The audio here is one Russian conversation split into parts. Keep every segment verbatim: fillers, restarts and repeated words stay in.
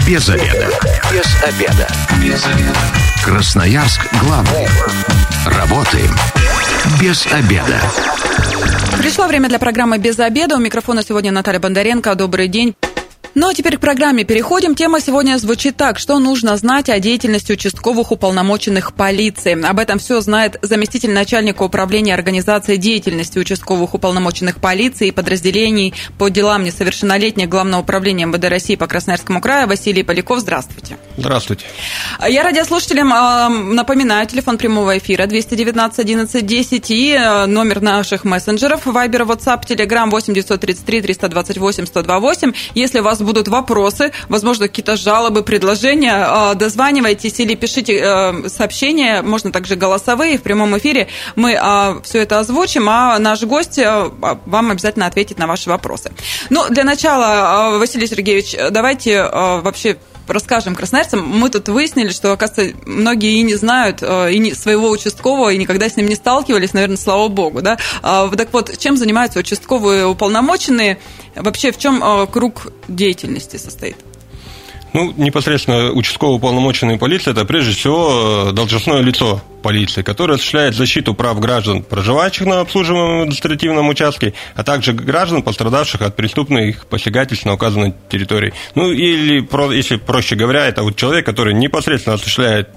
Без обеда. Без обеда. Без обеда. Красноярск главный. Работаем без обеда. Пришло время для программы «Без обеда». У микрофона сегодня Наталья Бондаренко. Добрый день. Ну а теперь к программе переходим. Тема сегодня звучит так: что нужно знать о деятельности участковых уполномоченных полиции. Об этом все знает заместитель начальника управления организации деятельности участковых уполномоченных полиции и подразделений по делам несовершеннолетних Главного управления эм вэ дэ России по Красноярскому краю Василий Поляков. Здравствуйте. Здравствуйте. Я радиослушателям напоминаю, телефон прямого эфира двести девятнадцать одиннадцать десять и номер наших мессенджеров Вайбер, WhatsApp, Telegram восемь девятьсот тридцать три триста двадцать восемь сто двадцать восемь. Если у вас будут вопросы, возможно, какие-то жалобы, предложения, дозванивайтесь или пишите сообщения, можно также голосовые в прямом эфире. Мы все это озвучим, а наш гость вам обязательно ответит на ваши вопросы. Ну, для начала, Василий Сергеевич, давайте вообще расскажем красноярцам. Мы тут выяснили, что, оказывается, многие и не знают и не, своего участкового, и никогда с ним не сталкивались, наверное, слава богу, да? Так вот, чем занимаются участковые уполномоченные? Вообще, в чем круг деятельности состоит? Ну, непосредственно участковый уполномоченный полиции – это, прежде всего, должностное лицо полиции, которое осуществляет защиту прав граждан, проживающих на обслуживаемом административном участке, а также граждан, пострадавших от преступных посягательств на указанной территории. Ну, или, если проще говоря, это вот человек, который непосредственно осуществляет,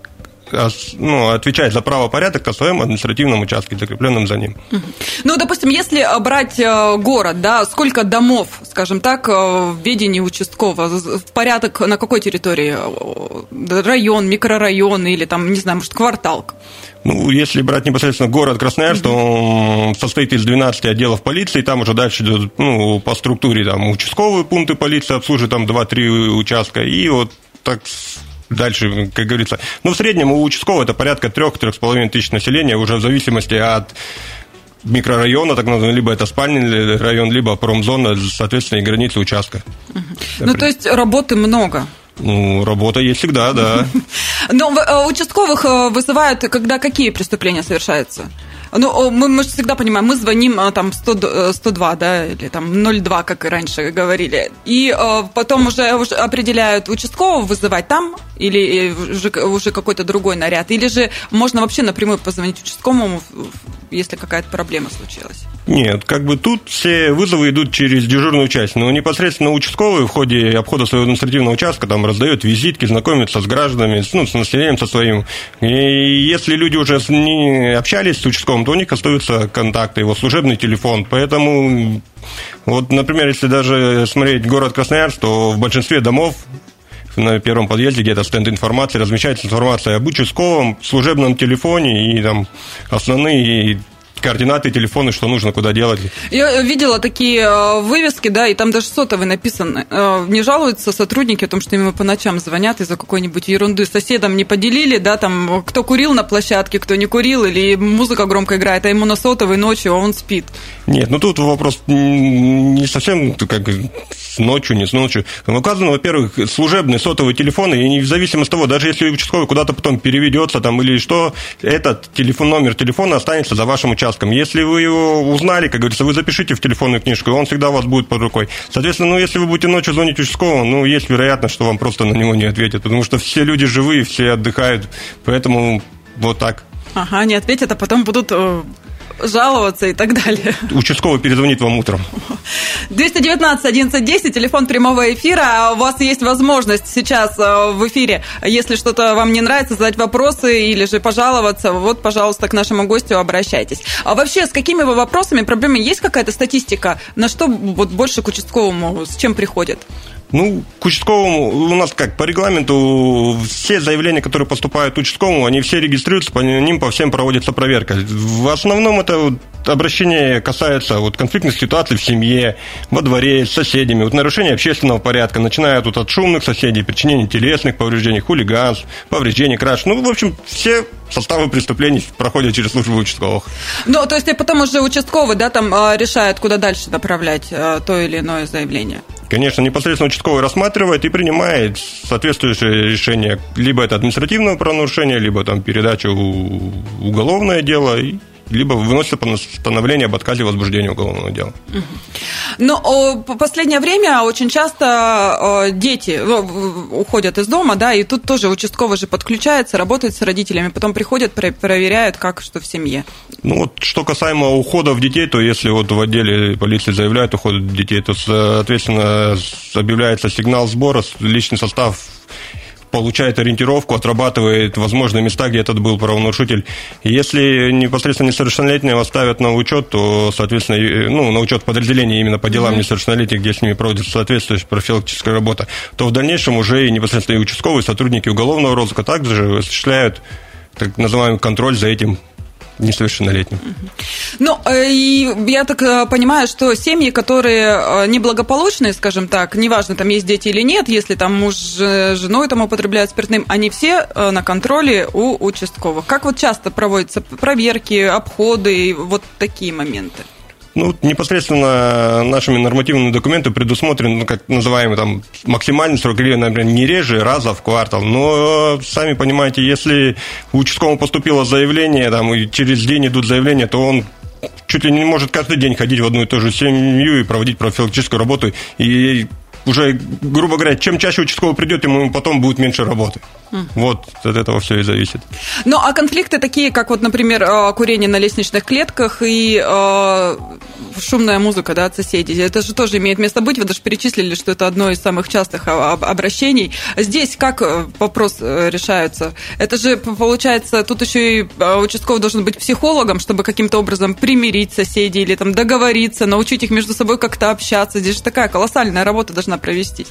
ну, отвечает за правопорядок на своем административном участке, закрепленном за ним. Ну, допустим, если брать город, да, сколько домов, скажем так, в ведении участкового, в порядок на какой территории? Район, микрорайон или там, не знаю, может, квартал? Ну, если брать непосредственно город Красноярск, то он состоит из двенадцати отделов полиции, там уже дальше идет, ну, по структуре там участковые пункты полиции обслуживают, там два-три участка, и вот так дальше, как говорится. Ну, в среднем у участкового это порядка трех-трех с половиной тысяч населения, уже в зависимости от микрорайона, так называемый, либо это спальный район, либо промзона, соответственно, и границы участка. Угу. Ну, то есть работы много? Ну, работа есть всегда, да. Но участковых вызывают, когда какие преступления совершаются? Ну, мы, мы же всегда понимаем, мы звоним там сто, сто два, да, или там ноль два, как и раньше говорили, и э, потом уже, уже определяют участкового вызывать там, или уже, уже какой-то другой наряд, или же можно вообще напрямую позвонить участковому, если какая-то проблема случилась? Нет, как бы тут все вызовы идут через дежурную часть, но непосредственно участковый в ходе обхода своего административного участка там раздает визитки, знакомится с гражданами, ну, с населением со своим. И если люди уже не общались с участковым, то у них остаются контакты, его служебный телефон. Поэтому, вот, например, если даже смотреть город Красноярск, то в большинстве домов на первом подъезде где-то стенд информации размещается информация об участковом, служебном телефоне и там основные координаты, телефоны, что нужно, куда делать. Я видела такие вывески, да, и там даже сотовый написано. Не жалуются сотрудники о том, что им по ночам звонят из-за какой-нибудь ерунды. Соседям не поделили, да, там, кто курил на площадке, кто не курил, или музыка громко играет, а ему на сотовый ночью, а он спит. Нет, ну тут вопрос не совсем как с ночью, не с ночью. Указано, во-первых, служебный сотовый телефон, и в зависимости от того, даже если участковый куда-то потом переведется там или что, этот телефон, номер телефона останется за вашим участком. Если вы его узнали, как говорится, вы запишите в телефонную книжку, и он всегда у вас будет под рукой. Соответственно, ну, если вы будете ночью звонить участковому, ну, есть вероятность, что вам просто на него не ответят, потому что все люди живые, все отдыхают, поэтому вот так. Ага, не ответят, а потом будут жаловаться и так далее. Участковый перезвонит вам утром. двести девятнадцать одиннадцать десять, телефон прямого эфира. У вас есть возможность сейчас в эфире, если что-то вам не нравится, задать вопросы или же пожаловаться. Вот, пожалуйста, к нашему гостю обращайтесь. А вообще, с какими вы вопросами, проблемами? Есть какая-то статистика? На что вот больше к участковому, с чем приходят? Ну, к участковому у нас как, по регламенту все заявления, которые поступают участковому, они все регистрируются, по ним по всем проводится проверка. В основном это обращение касается вот конфликтных ситуаций в семье, во дворе, с соседями, вот нарушение общественного порядка, начиная тут от шумных соседей, причинения телесных повреждений, хулиганств, повреждений, краж. Ну, в общем, все составы преступлений проходят через службу участковых. Ну, то есть, потом уже участковый, да, там решает, куда дальше направлять то или иное заявление? Конечно, непосредственно участковый рассматривает и принимает соответствующее решение. Либо это административное правонарушение, либо там передача в уголовное дело. И либо выносится постановление об отказе в возбуждении уголовного дела. Но в последнее время очень часто дети уходят из дома, да, и тут тоже участковый же подключается, работает с родителями, потом приходят, проверяют, как что в семье. Ну вот, что касаемо уходов детей, то если вот в отделе полиции заявляют уход детей, то, соответственно, объявляется сигнал сбора, личный состав получает ориентировку, отрабатывает возможные места, где этот был правонарушитель. Если непосредственно несовершеннолетнего ставят на учет, то, соответственно, ну, на учет подразделения именно по делам mm-hmm. несовершеннолетних, где с ними проводится соответствующая профилактическая работа, то в дальнейшем уже и непосредственно и участковые сотрудники уголовного розыска также осуществляют так называемый контроль за этим несовершеннолетним. Ну, и я так понимаю, что семьи, которые неблагополучные, скажем так, неважно, там есть дети или нет, если там муж с женой там употребляют спиртным, они все на контроле у участковых. Как вот часто проводятся проверки, обходы, вот такие моменты? Ну, непосредственно нашими нормативными документами предусмотрен, ну, как называемый там максимальный срок, или, например, не реже раза в квартал. Но, сами понимаете, если у участкового поступило заявление, там, и через день идут заявления, то он чуть ли не может каждый день ходить в одну и ту же семью и проводить профилактическую работу. И уже, грубо говоря, чем чаще участковый придет, ему потом будет меньше работы. Mm. Вот от этого все и зависит. Ну, а конфликты такие, как вот, например, курение на лестничных клетках и э, шумная музыка, да, от соседей, это же тоже имеет место быть. Вы даже перечислили, что это одно из самых частых обращений. Здесь как вопрос решается? Это же, получается, тут еще и участковый должен быть психологом, чтобы каким-то образом примирить соседей или там договориться, научить их между собой как-то общаться. Здесь же такая колоссальная работа должна провестись.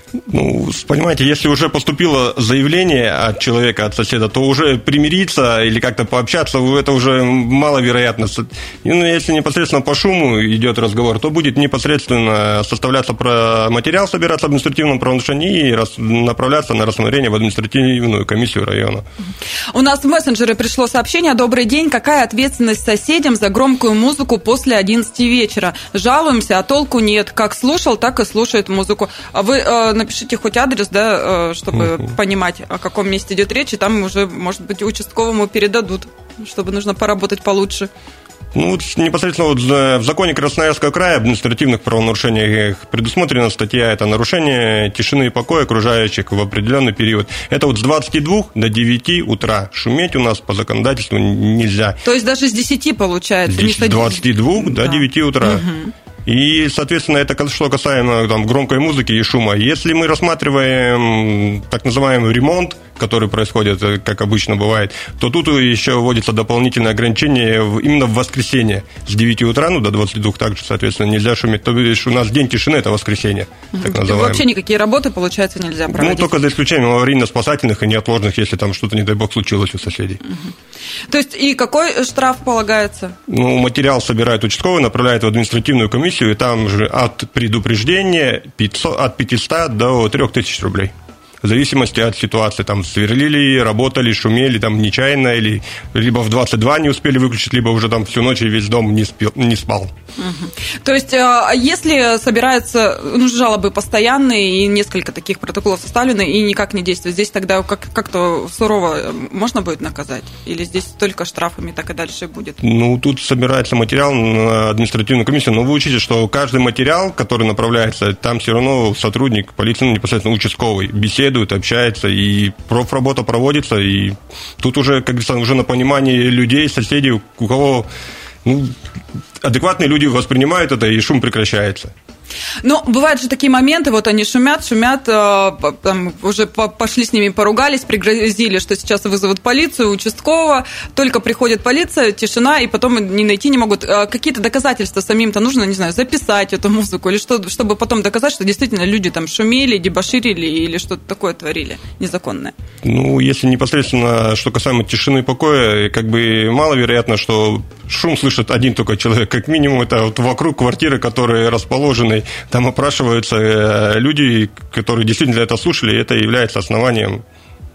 Ну, понимаете, если уже поступило заявление от человека, от соседа, то уже примириться или как-то пообщаться, это уже маловероятно. Ну, если непосредственно по шуму идет разговор, то будет непосредственно составляться материал, собираться в административном правонарушении и направляться на рассмотрение в административную комиссию района. У нас в мессенджеры пришло сообщение: «Добрый день, какая ответственность соседям за громкую музыку после одиннадцати вечера? Жалуемся, а толку нет. Как слушал, так и слушает музыку». Вы напишите хоть адрес, да, чтобы uh-huh. понимать, о каком месте идет речь, и там уже, может быть, участковому передадут, чтобы нужно поработать получше. Ну, непосредственно вот в законе Красноярского края об административных правонарушениях предусмотрена статья, это нарушение тишины и покоя окружающих в определенный период. Это вот с двадцати двух до девяти утра. Шуметь у нас по законодательству нельзя. То есть даже с десяти получается? С двадцати двух до девяти утра. Угу. И, соответственно, это что касаемо там, громкой музыки и шума. Если мы рассматриваем так называемый ремонт, который происходит, как обычно бывает, то тут еще вводится дополнительное ограничение именно в воскресенье. С девяти утра ну, до двадцати двух также, соответственно, нельзя шуметь. То есть у нас день тишины – это воскресенье, так называемое. Вообще никакие работы, получается, нельзя проводить? Ну, только за исключением аварийно-спасательных и неотложных, если там что-то, не дай бог, случилось у соседей. Угу. То есть и какой штраф полагается? Ну, материал собирает участковый, направляет в административную комиссию, и там же от предупреждения пятьсот, от пятисот до трёх тысяч рублей. В зависимости от ситуации, там, сверлили, работали, шумели, там, нечаянно, или либо в двадцать два не успели выключить, либо уже там всю ночь и весь дом не, спел, не спал. Угу. То есть, если собираются ну, жалобы постоянные, и несколько таких протоколов составлены, и никак не действуют, здесь тогда как- как-то сурово можно будет наказать? Или здесь только штрафами так и дальше будет? Ну, тут собирается материал на административную комиссию, но вы учите, что каждый материал, который направляется, там все равно сотрудник полиции, ну, непосредственно участковый, беседует, общается, и профработа проводится, и тут уже, как говорится, уже на понимании людей, соседей, у кого ну, адекватные люди воспринимают это, и шум прекращается. Ну, бывают же такие моменты, вот они шумят, шумят, там, уже пошли с ними, поругались, пригрозили, что сейчас вызовут полицию, участкового, только приходит полиция, тишина, и потом не найти не могут. Какие-то доказательства самим-то нужно, не знаю, записать эту музыку, или что, чтобы потом доказать, что действительно люди там шумели, дебоширили или что-то такое творили незаконное. Ну, если непосредственно, что касаемо тишины и покоя, как бы маловероятно, что шум слышит один только человек, как минимум это вот вокруг квартиры, которые расположены. Там опрашиваются люди, которые действительно это слушали, и это является основанием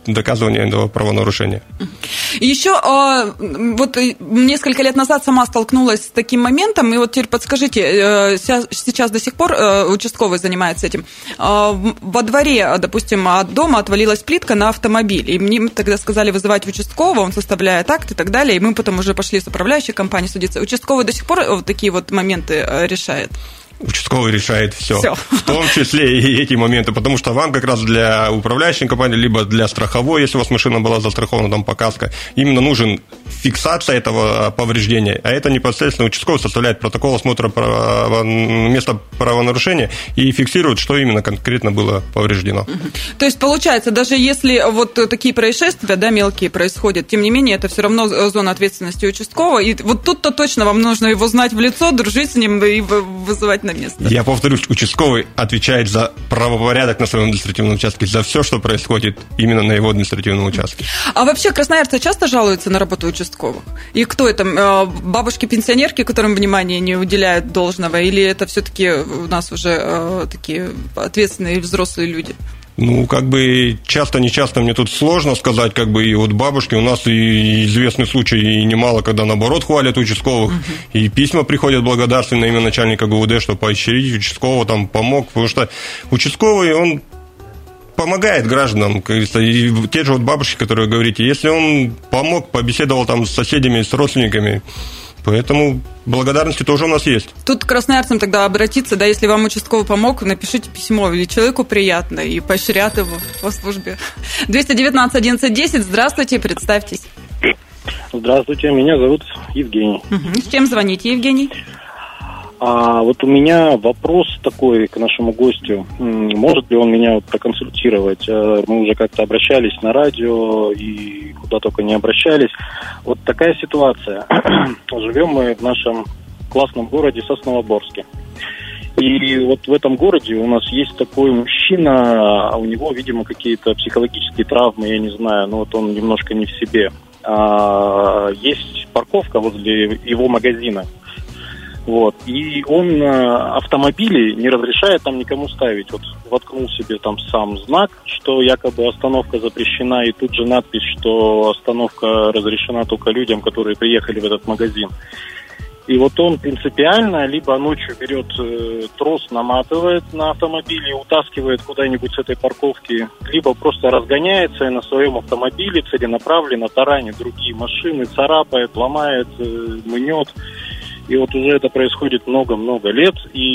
доказывания этого правонарушения. Еще вот несколько лет назад сама столкнулась с таким моментом, и вот теперь подскажите, сейчас до сих пор участковый занимается этим. Во дворе, допустим, от дома отвалилась плитка на автомобиль, и мне тогда сказали вызывать участкового, он составляет акт и так далее, и мы потом уже пошли с управляющей компанией судиться. Участковый до сих пор вот такие вот моменты решает? Участковый решает все, все, в том числе и эти моменты, потому что вам как раз для управляющей компании, либо для страховой, если у вас машина была застрахована, там показка, именно нужен фиксация этого повреждения, а это непосредственно участковый составляет протокол осмотра места правонарушения и фиксирует, что именно конкретно было повреждено. То есть, получается, даже если вот такие происшествия, да, мелкие происходят, тем не менее, это все равно зона ответственности участкового, и вот тут-то точно вам нужно его знать в лицо, дружить с ним и вызывать на место. Я повторюсь, участковый отвечает за правопорядок на своем административном участке, за все, что происходит именно на его административном участке. А вообще красноярцы часто жалуются на работу участковых? И кто это? Бабушки-пенсионерки, которым внимания не уделяют должного? Или это все-таки у нас уже такие ответственные взрослые люди? Ну, как бы часто-нечасто мне тут сложно сказать, как бы и вот бабушки, у нас и известный случай и немало, когда наоборот хвалят участковых, uh-huh. и письма приходят благодарственные именно начальника ГУВД, что поощрить участкового, там, помог, потому что участковый, он помогает гражданам, как говорится, и те же вот бабушки, которые вы говорите, если он помог, побеседовал там с соседями, с родственниками, поэтому благодарности тоже у нас есть. Тут к красноярцам тогда обратиться, да, если вам участковый помог, напишите письмо, или человеку приятно, и поощрят его по службе. двести девятнадцать одиннадцать десять, здравствуйте, представьтесь. Здравствуйте, меня зовут Евгений. Угу. С чем звоните, Евгений? А вот у меня вопрос такой к нашему гостю. Может ли он меня вот проконсультировать? Мы уже как-то обращались на радио и куда только не обращались. Вот такая ситуация. Живем мы в нашем классном городе Сосновоборске. И вот в этом городе у нас есть такой мужчина, а у него, видимо, какие-то психологические травмы, я не знаю, но вот он немножко не в себе. А, есть парковка возле его магазина. Вот. И он автомобили не разрешает там никому ставить. Вот воткнул себе там сам знак, что якобы остановка запрещена, и тут же надпись, что остановка разрешена только людям, которые приехали в этот магазин. И вот он принципиально либо ночью берет э, трос, наматывает на автомобиле, утаскивает куда-нибудь с этой парковки, либо просто разгоняется и на своем автомобиле целенаправленно таранит другие машины, царапает, ломает, э, мнет. И вот уже это происходит много-много лет,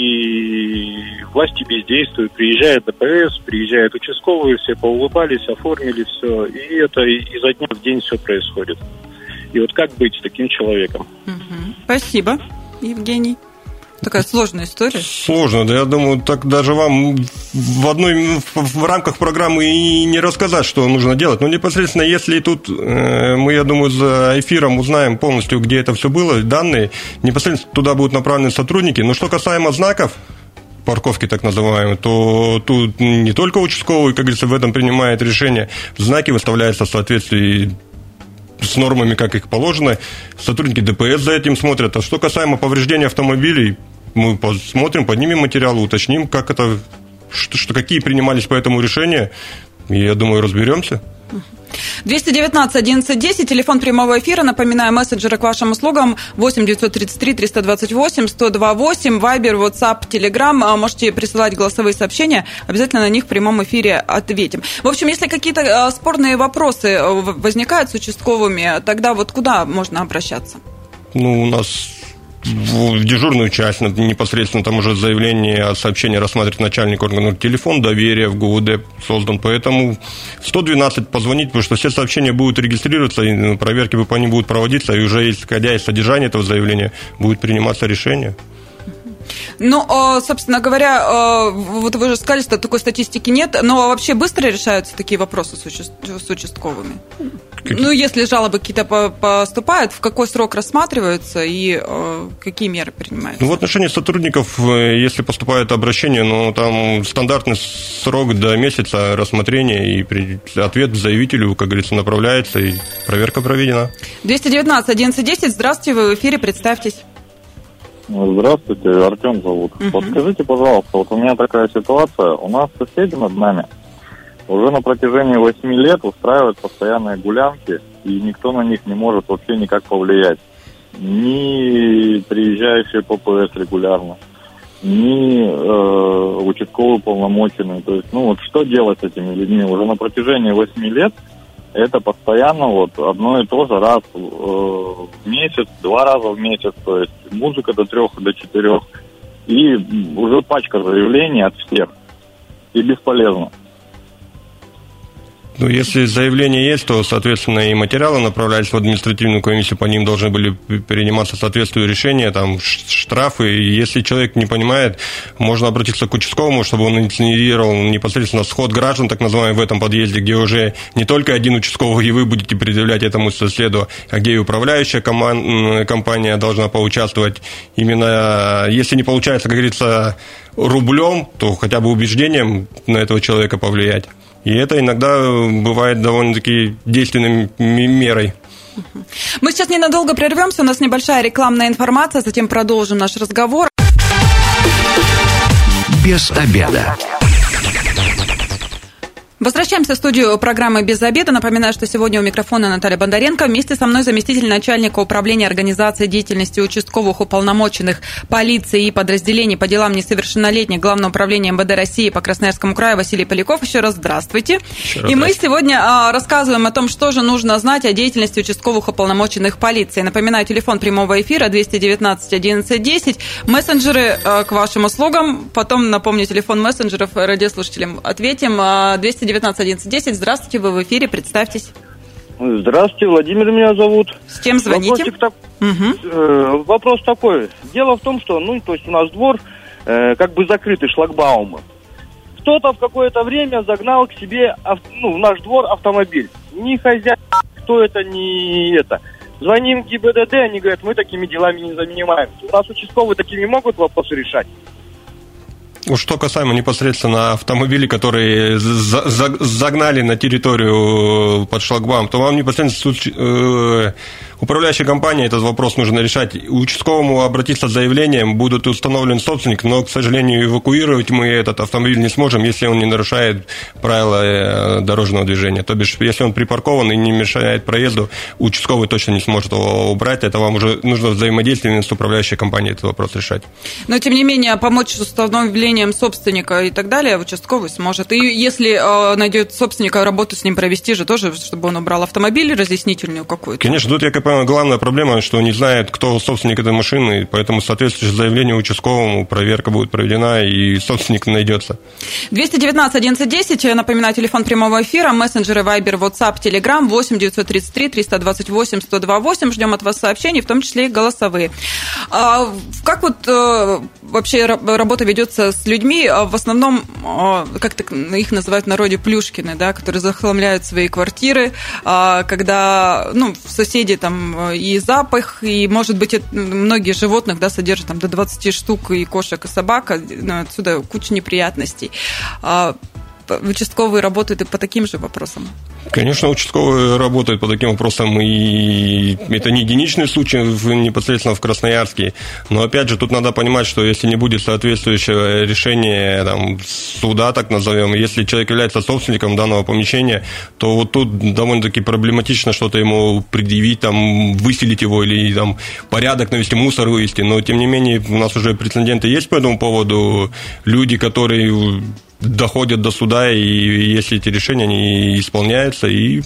и власти бездействуют. Приезжает ДПС, приезжают участковые, все поулыбались, оформили все. И это изо дня в день все происходит. И вот как быть с таким человеком? Угу. Спасибо, Евгений. Такая сложная история. Sложно, да, я думаю, так даже вам в одной в рамках программы и не рассказать, что нужно делать. Но непосредственно, если тут э, мы, я думаю, за эфиром узнаем полностью, где это все было, данные, непосредственно туда будут направлены сотрудники. Но что касаемо знаков, парковки так называемые, то тут не только участковый, как говорится, в этом принимает решение. Знаки выставляются в соответствии с нормами, как их положено. Сотрудники ДПС за этим смотрят. А что касаемо повреждения автомобилей, мы посмотрим, поднимем материалы, уточним, как это, что, что, какие принимались по этому решения, и, я думаю, разберемся. двести девятнадцать одиннадцать десять, телефон прямого эфира, напоминаю, мессенджеры к вашим услугам восемь девятьсот тридцать три триста двадцать восемь сто два восемь, Вайбер, WhatsApp, Telegram, можете присылать голосовые сообщения, обязательно на них в прямом эфире ответим. В общем, если какие-то спорные вопросы возникают с участковыми, тогда вот куда можно обращаться? Ну, у нас в дежурную часть непосредственно там уже заявление, сообщение рассматривает начальник органов, телефон доверия в ГУВД создан, поэтому сто двенадцать позвонить, потому что все сообщения будут регистрироваться, и проверки по ним будут проводиться, и уже исходя из содержания этого заявления будет приниматься решение. Ну, собственно говоря, вот вы же сказали, что такой статистики нет, но вообще быстро решаются такие вопросы с участковыми? Какие? Ну, если жалобы какие-то поступают, в какой срок рассматриваются и какие меры принимаются? Ну, в отношении сотрудников, если поступает обращение, ну, там стандартный срок до месяца рассмотрения, и ответ заявителю, как говорится, направляется, и проверка проведена. двести девятнадцать одиннадцать десять, здравствуйте, вы в эфире, представьтесь. Здравствуйте, Артем зовут. Uh-huh. Вот скажите, пожалуйста, вот у меня такая ситуация, у нас соседи над нами уже на протяжении восьми лет устраивают постоянные гулянки, и никто на них не может вообще никак повлиять. Ни приезжающие ППС регулярно, ни э, участковый уполномоченный. То есть, ну вот что делать с этими людьми? Уже на протяжении восьми лет это постоянно вот одно и то же раз э, в месяц, два раза в месяц, то есть музыка до трех, до четырех, и уже пачка заявлений от всех, и бесполезно. Ну, если заявление есть, то, соответственно, и материалы направлялись в административную комиссию, по ним должны были приниматься соответствующие решения, там, штрафы. И если человек не понимает, можно обратиться к участковому, чтобы он инициировал непосредственно сход граждан, так называемый, в этом подъезде, где уже не только один участковый, и вы будете предъявлять этому соседу, а где и управляющая коман- компания должна поучаствовать. Именно, если не получается, как говорится, рублем, то хотя бы убеждением на этого человека повлиять. И это иногда бывает довольно-таки действенной мерой. Мы сейчас ненадолго прервемся, у нас небольшая рекламная информация, затем продолжим наш разговор. Без обеда. Возвращаемся в студию программы «Без обеда». Напоминаю, что сегодня у микрофона Наталья Бондаренко. Вместе со мной заместитель начальника управления организации деятельности участковых уполномоченных полиции и подразделений по делам несовершеннолетних Главного управления эм вэ дэ России по Красноярскому краю Василий Поляков. Еще раз здравствуйте. Еще раз и мы здравствуйте. сегодня а, рассказываем о том, что же нужно знать о деятельности участковых уполномоченных полиции. Напоминаю, телефон прямого эфира двести девятнадцать одиннадцать десять. Мессенджеры а, к вашим услугам. Потом напомню телефон мессенджеров радиослушателям. Ответим. А, двести девятнадцать одиннадцать десять. Здравствуйте, вы в эфире, представьтесь. Здравствуйте, Владимир меня зовут. С кем звоните? Так... Угу. Э, вопрос такой. Дело в том, что, ну, то есть у нас двор э, как бы закрытый шлагбаумы. Кто-то в какое-то время загнал к себе, ав... ну, в наш двор автомобиль. Ни хозяин, кто это, ни это. Звоним в гэ и бэ дэ дэ, они говорят, мы такими делами не занимаемся. У нас участковые такими могут вопросы решать. Что касаемо непосредственно автомобилей, которые за- за- загнали на территорию под шлагбаум, то вам непосредственно э, управляющая компания этот вопрос нужно решать. Участковому обратиться с заявлением, будет установлен собственник, но, к сожалению, эвакуировать мы этот автомобиль не сможем, если он не нарушает правила дорожного движения. То бишь, если он припаркован и не мешает проезду, участковый точно не сможет его убрать. Это вам уже нужно взаимодействие с управляющей компанией этот вопрос решать. Но, тем не менее, помочь с установлением собственника и так далее участковый сможет. И если э, найдет собственника, работу с ним провести же тоже, чтобы он убрал автомобиль разъяснительную какую-то. Конечно, тут, я как понимаю, главная проблема, что не знает, кто собственник этой машины, поэтому соответствующее заявление участковому, проверка будет проведена, и собственник найдется. двести девятнадцать одиннадцать десять, напоминаю, телефон прямого эфира, мессенджеры, Viber, WhatsApp, Telegram, восемь девятьсот тридцать три триста двадцать восемь сто двадцать восемь. Ждем от вас сообщений, в том числе и голосовые. А как вот э, вообще работа ведется с людьми, в основном, как их называют в народе, плюшкины, да, которые захламляют свои квартиры, когда, ну, соседи там и запах, и, может быть, многие животных, да, содержат там до двадцать штук, и кошек, и собак, отсюда куча неприятностей. Участковые работают и по таким же вопросам? Конечно, участковые работают по таким вопросам, и это не единичный случай непосредственно в Красноярске. Но, опять же, тут надо понимать, что если не будет соответствующего решения там, суда, так назовем, если человек является собственником данного помещения, то вот тут довольно-таки проблематично что-то ему предъявить, там, выселить его или там, порядок навести, мусор вывести. Но, тем не менее, у нас уже прецеденты есть по этому поводу. Люди, которые доходят до суда, и если эти решения не исполняются, и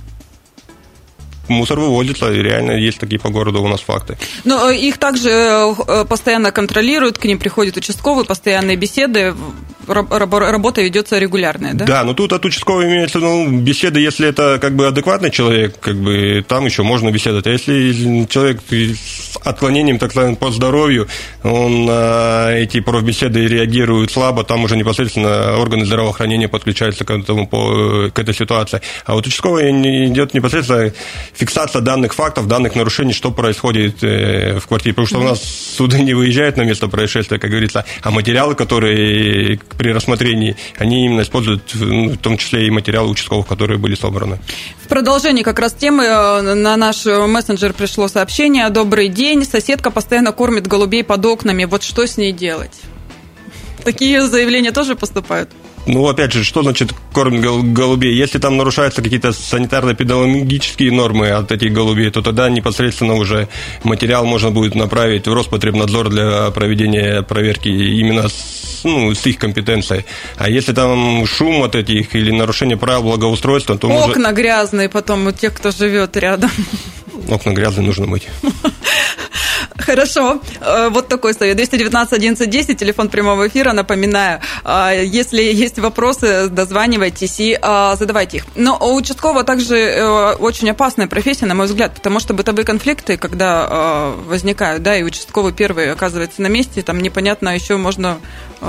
мусор вывозится, и реально есть такие по городу у нас факты. Но их также постоянно контролируют, к ним приходят участковые, постоянные беседы, работа ведется регулярная, да? Да, но тут от участкового имеется ну, беседы, если это как бы адекватный человек, как бы там еще можно беседовать. А если человек с отклонением, так сказать, по здоровью, он на эти профбеседы реагирует слабо, там уже непосредственно органы здравоохранения подключаются к, этому, по, к этой ситуации. А вот участковый идет непосредственно фиксация данных фактов, данных нарушений, что происходит в квартире. Потому что у нас суды не выезжают на место происшествия, как говорится, а материалы, которые при рассмотрении, они именно используют, ну, в том числе и материалы участковых, которые были собраны. В продолжении как раз темы на наш мессенджер пришло сообщение: «Добрый день, соседка постоянно кормит голубей под окнами, вот что с ней делать?» Такие заявления тоже поступают? Ну, опять же, что значит корм голубей? Если там нарушаются какие-то санитарно-эпидемиологические нормы от этих голубей, то тогда непосредственно уже материал можно будет направить в Роспотребнадзор для проведения проверки именно с, ну, с их компетенцией. А если там шум от этих или нарушение правил благоустройства, то... Окна может... грязные потом у тех, кто живет рядом. Окна грязные нужно мыть. Хорошо. Вот такой совет. двести девятнадцать одиннадцать десять, телефон прямого эфира. Напоминаю, если есть вопросы, дозванивайтесь и задавайте их. Но у участкового также очень опасная профессия, на мой взгляд, потому что бытовые конфликты, когда возникают, да, и участковый первый оказывается на месте, там непонятно еще можно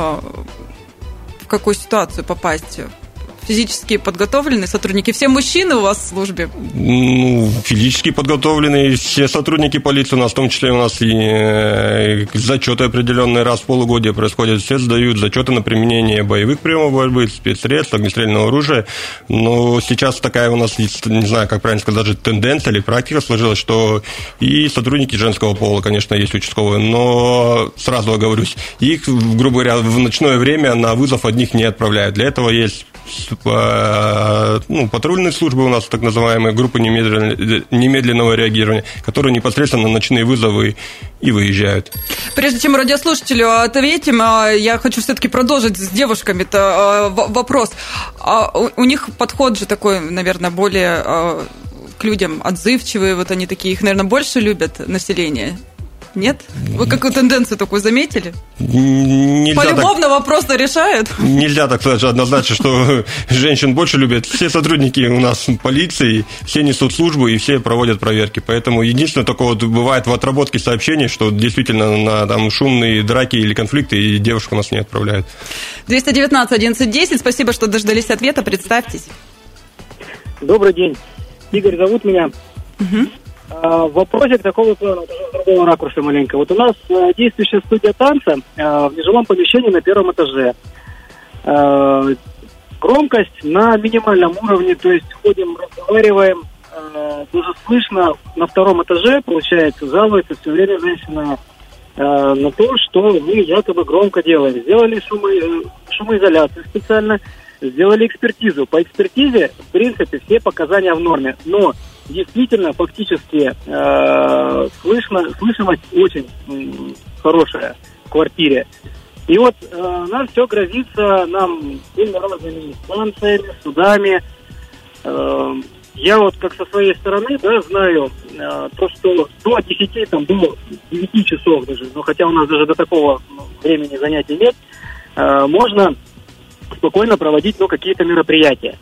в какую ситуацию попасть. Физически подготовленные сотрудники? Все мужчины у вас в службе? Ну, физически подготовленные все сотрудники полиции у нас, в том числе у нас и зачеты определенные раз в полугодие происходят. Все сдают зачеты на применение боевых приемов борьбы, спецсредств, огнестрельного оружия. Но сейчас такая у нас, не знаю, как правильно сказать, даже тенденция или практика сложилась, что и сотрудники женского пола, конечно, есть участковые, но сразу оговорюсь, их, грубо говоря, в ночное время на вызов одних не отправляют. Для этого есть ну, патрульные службы у нас, так называемые группы немедленного реагирования, которые непосредственно на ночные вызовы и выезжают. Прежде чем радиослушателю ответим, я хочу все-таки продолжить с девушками-то вопрос. У них подход же такой, наверное, более к людям отзывчивый, вот они такие, их, наверное, больше любят население. Нет? Вы какую тенденцию такую заметили? Нельзя полюбовно вопрос-то решают? Нельзя так сказать однозначно, что женщин больше любят. Все сотрудники у нас полиции, все несут службу и все проводят проверки. Поэтому единственное, такое вот бывает в отработке сообщений, что действительно на там, шумные драки или конфликты и девушку нас не отправляют. двести девятнадцать одиннадцать десять, спасибо, что дождались ответа. Представьтесь. Добрый день. Игорь зовут меня. Угу. Вопросик такого плана, даже с другого ракурса маленько. Вот у нас действующая студия танца в нежилом помещении на первом этаже. Громкость на минимальном уровне, то есть ходим, разговариваем, даже слышно на втором этаже, получается, жалуется все время женщина на то, что мы якобы громко делаем. Сделали шумо- шумоизоляцию специально, сделали экспертизу. По экспертизе, в принципе, все показания в норме, но действительно, фактически, э, слышно, слышимость очень э, хорошая в квартире. И вот э, нам все грозится, нам всеми разными инстанциями, судами. Э, я вот как со своей стороны, да, знаю э, то, что до десяти, там, до девяти часов даже, но хотя у нас даже до такого времени занятий нет, э, можно спокойно проводить, ну, какие-то мероприятия.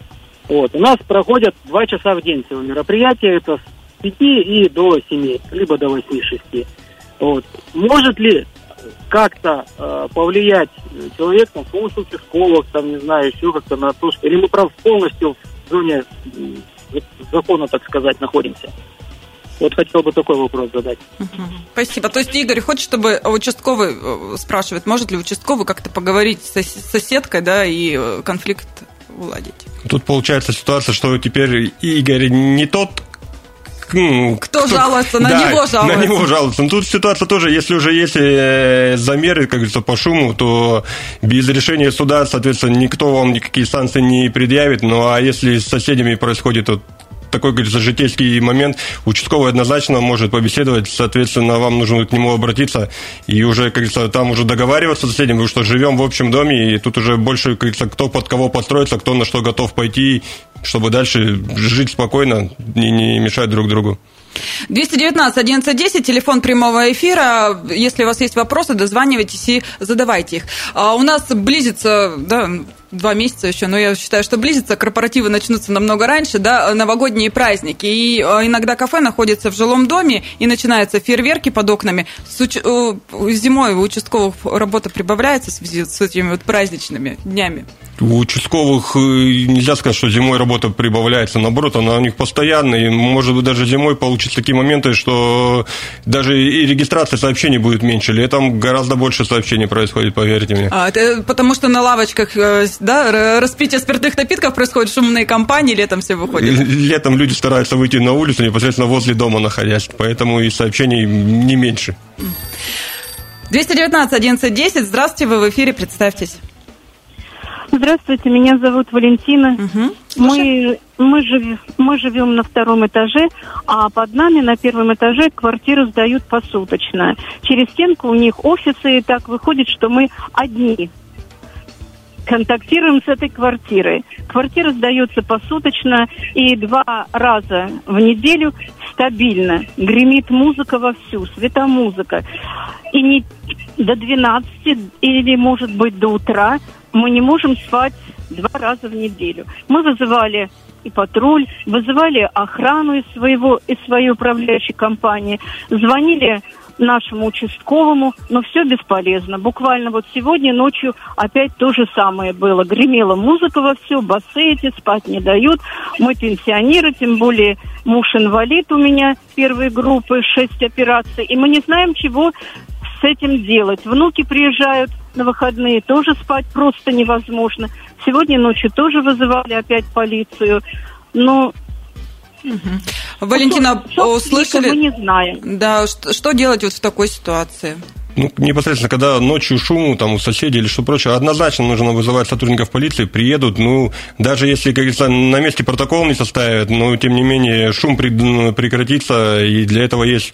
Вот. У нас проходят два часа в день всего мероприятия, это с пяти и до семи, либо до восьми-шести. Вот. Может ли как-то э, повлиять человек, там, помощь участковых, там, не знаю, еще как-то на то, что... Или мы прав полностью в зоне э, закона, так сказать, находимся? Вот хотел бы такой вопрос задать. Спасибо. То есть Игорь хочет, чтобы участковый спрашивает, может ли участковый как-то поговорить с соседкой, да, и конфликт уладить. Тут получается ситуация, что теперь Игорь не тот, кто, кто жалуется, на да, него жалуется. На него жалуется. Но тут ситуация тоже, если уже есть замеры, как говорится, по шуму, то без решения суда, соответственно, никто вам никакие санкции не предъявит. Ну а если с соседями происходит вот такой, говорится, житейский момент, участковый однозначно может побеседовать, соответственно, вам нужно к нему обратиться и уже, как говорится, там уже договариваться с соседями, потому что живем в общем доме, и тут уже больше, как говорится, кто под кого подстроится, кто на что готов пойти, чтобы дальше жить спокойно и не мешать друг другу. двести девятнадцать одиннадцать десять, телефон прямого эфира. Если у вас есть вопросы, дозванивайтесь и задавайте их. А у нас близится, да, два месяца еще, но я считаю, что близится, корпоративы начнутся намного раньше, да, новогодние праздники. И иногда кафе находится в жилом доме, и начинаются фейерверки под окнами. С уч... Зимой у участковых работа прибавляется в связи с этими вот праздничными днями? У участковых нельзя сказать, что зимой работа прибавляется, наоборот, она у них постоянная, и, может быть, даже зимой получится такие моменты, что даже и регистрация сообщений будет меньше, летом гораздо больше сообщений происходит, поверьте мне. А, это потому что на лавочках, да, распитие спиртных напитков происходит, шумные компании, летом все выходят? Летом люди стараются выйти на улицу, непосредственно возле дома находясь, поэтому и сообщений не меньше. двести девятнадцать одиннадцать десять, здравствуйте, вы в эфире, представьтесь. Здравствуйте, меня зовут Валентина. Угу. Мы, мы, жив, мы живем на втором этаже, а под нами на первом этаже квартиру сдают посуточно. Через стенку у них офисы, и так выходит, что мы одни контактируем с этой квартирой. Квартира сдается посуточно, и два раза в неделю стабильно гремит музыка вовсю, светомузыка. И не до двенадцати или, может быть, до утра мы не можем спать два раза в неделю. Мы вызывали и патруль, вызывали охрану из своего, из своей управляющей компании, звонили нашему участковому, но все бесполезно. Буквально вот сегодня ночью опять то же самое было. Гремела музыка вовсю, басы эти, спать не дают. Мы пенсионеры, тем более муж инвалид у меня первой группы, шесть операций. И мы не знаем, чего с этим делать. Внуки приезжают на выходные, тоже спать просто невозможно. Сегодня ночью тоже вызывали опять полицию. Но... Угу. Валентина, что, услышали? Мы не знаем. Да, что, что делать вот в такой ситуации? Ну, непосредственно, когда ночью шум там, у соседей или что прочее, однозначно нужно вызывать сотрудников полиции, приедут, ну, даже если, как говорится, на месте протокол не составят, но, тем не менее, шум прекратится, и для этого есть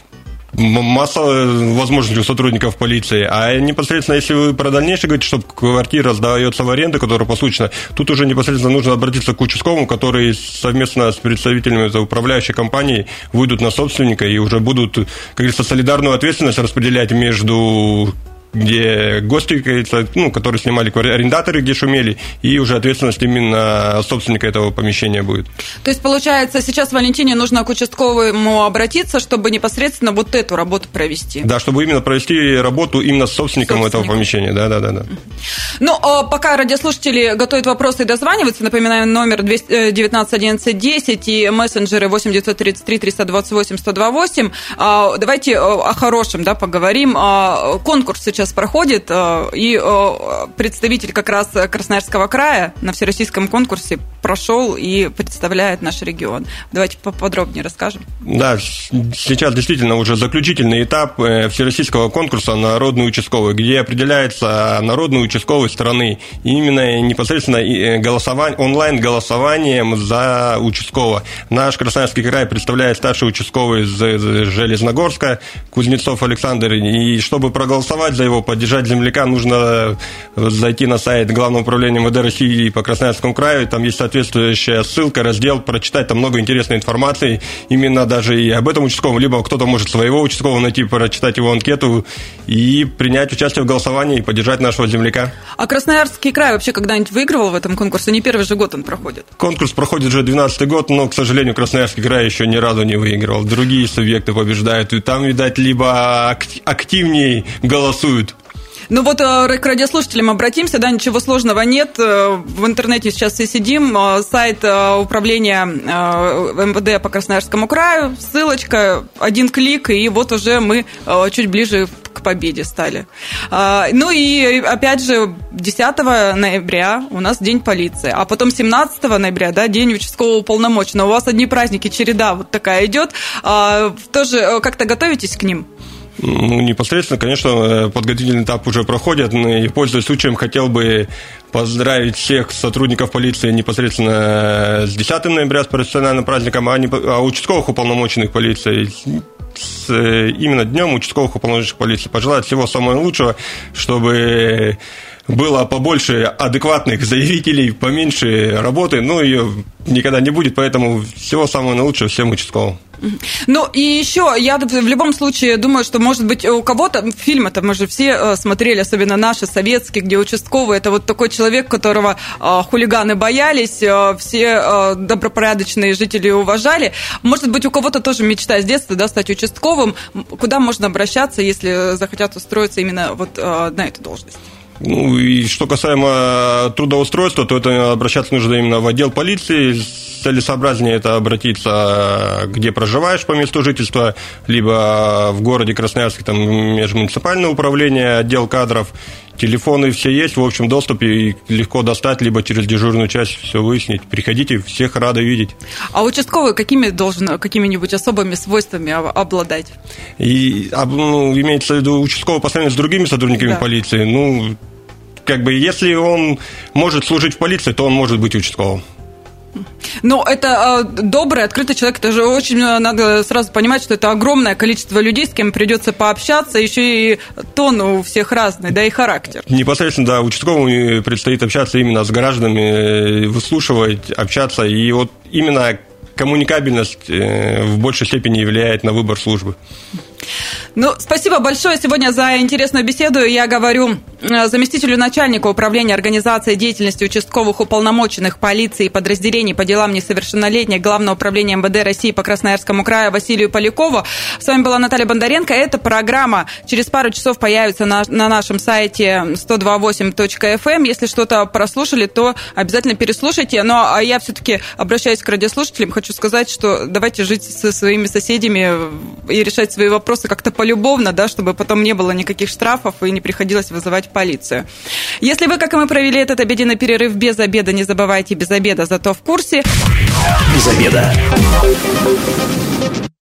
масса возможностей у сотрудников полиции. А непосредственно, если вы про дальнейшее говорите, что квартира сдается в аренду, которая посуточно, тут уже непосредственно нужно обратиться к участковому, который совместно с представителями этой управляющей компании выйдут на собственника и уже будут, как говорится, солидарную ответственность распределять между... где гости, ну, которые снимали арендаторы, где шумели, и уже ответственность именно собственника этого помещения будет. То есть, получается, сейчас Валентине нужно к участковому обратиться, чтобы непосредственно вот эту работу провести? Да, чтобы именно провести работу именно с собственником, собственником. этого помещения. Да, да, да, да. Ну, пока радиослушатели готовят вопросы и дозваниваются, напоминаем, номер двести девятнадцать одиннадцать десять и мессенджеры восемь девятьсот тридцать три триста двадцать восемь сто двадцать восемь. Давайте о хорошем, да, поговорим. Конкурс сейчас проходит, и представитель как раз Красноярского края на всероссийском конкурсе прошел и представляет наш регион. Давайте поподробнее расскажем. Да, сейчас действительно уже заключительный этап всероссийского конкурса «Народный участковый», где определяется народный участковый страны. И именно непосредственно голосование, онлайн-голосованием за участкового. Наш Красноярский край представляет старший участковый из Железногорска, Кузнецов Александр. И чтобы проголосовать за его, поддержать земляка, нужно зайти на сайт Главного управления МВД России по Красноярскому краю. Там есть соответствующая ссылка, раздел, прочитать там много интересной информации. Именно даже и об этом участковом. Либо кто-то может своего участкового найти, прочитать его анкету и принять участие в голосовании и поддержать нашего земляка. А Красноярский край вообще когда-нибудь выигрывал в этом конкурсе? Не первый же год он проходит. Конкурс проходит уже двенадцатый год, но, к сожалению, Красноярский край еще ни разу не выигрывал. Другие субъекты побеждают. И там, видать, либо активнее голосуют. Ну вот к радиослушателям обратимся, да, ничего сложного нет. В интернете сейчас все сидим. Сайт управления МВД по Красноярскому краю, ссылочка, один клик, и вот уже мы чуть ближе к победе стали. Ну и опять же, десятого ноября у нас День полиции, а потом семнадцатого ноября, да, День участкового уполномоченного. У вас одни праздники, череда вот такая идет. Тоже как-то готовитесь к ним? Ну, непосредственно, конечно, подготовительный этап уже проходит, и, пользуясь случаем, хотел бы поздравить всех сотрудников полиции непосредственно с десятым ноября, с профессиональным праздником, а, не, а участковых уполномоченных полиции с именно днем участковых уполномоченных полиции. Пожелать всего самого лучшего, чтобы было побольше адекватных заявителей, поменьше работы, но ее никогда не будет, поэтому всего самого наилучшего всем участковым. Ну, и еще, я в любом случае думаю, что, может быть, у кого-то, фильмы-то мы же все смотрели, особенно наши, советские, где участковый, это вот такой человек, которого хулиганы боялись, все добропорядочные жители уважали. Может быть, у кого-то тоже мечта с детства, да, стать участковым. Куда можно обращаться, если захотят устроиться именно вот на эту должность? Ну, и что касаемо трудоустройства, то это обращаться нужно именно в отдел полиции. Целесообразнее это обратиться, где проживаешь по месту жительства, либо в городе Красноярске, там межмуниципальное управление, отдел кадров. Телефоны все есть, в общем доступе, и легко достать, либо через дежурную часть все выяснить. Приходите, всех рады видеть. А участковый какими должен, какими-нибудь особыми свойствами обладать? И, ну, имеется в виду участковый по сравнению с другими сотрудниками, да, полиции, ну, как бы, если он может служить в полиции, то он может быть участковым. Ну, это э, добрый, открытый человек. Это же очень надо сразу понимать, что это огромное количество людей, с кем придется пообщаться. Еще и тон у всех разный, да, и характер. Непосредственно, да, участковому предстоит общаться именно с гражданами, выслушивать, общаться. И вот именно коммуникабельность в большей степени влияет на выбор службы. Ну, спасибо большое сегодня за интересную беседу. Я говорю заместителю начальника управления организацией деятельности участковых уполномоченных полиции и подразделений по делам несовершеннолетних Главного управления эм вэ дэ России по Красноярскому краю Василию Полякову. С вами была Наталья Бондаренко. Эта программа через пару часов появится на, на нашем сайте сто два восемь точка эф эм. Если что-то прослушали, то обязательно переслушайте. Но я все-таки обращаюсь к радиослушателям. Хочу сказать, что давайте жить со своими соседями и решать свои вопросы как-то полюбовно, да, чтобы потом не было никаких штрафов и не приходилось вызывать полицию. Если вы, как и мы, провели этот обеденный перерыв без обеда, не забывайте без обеда, зато в курсе. Без обеда.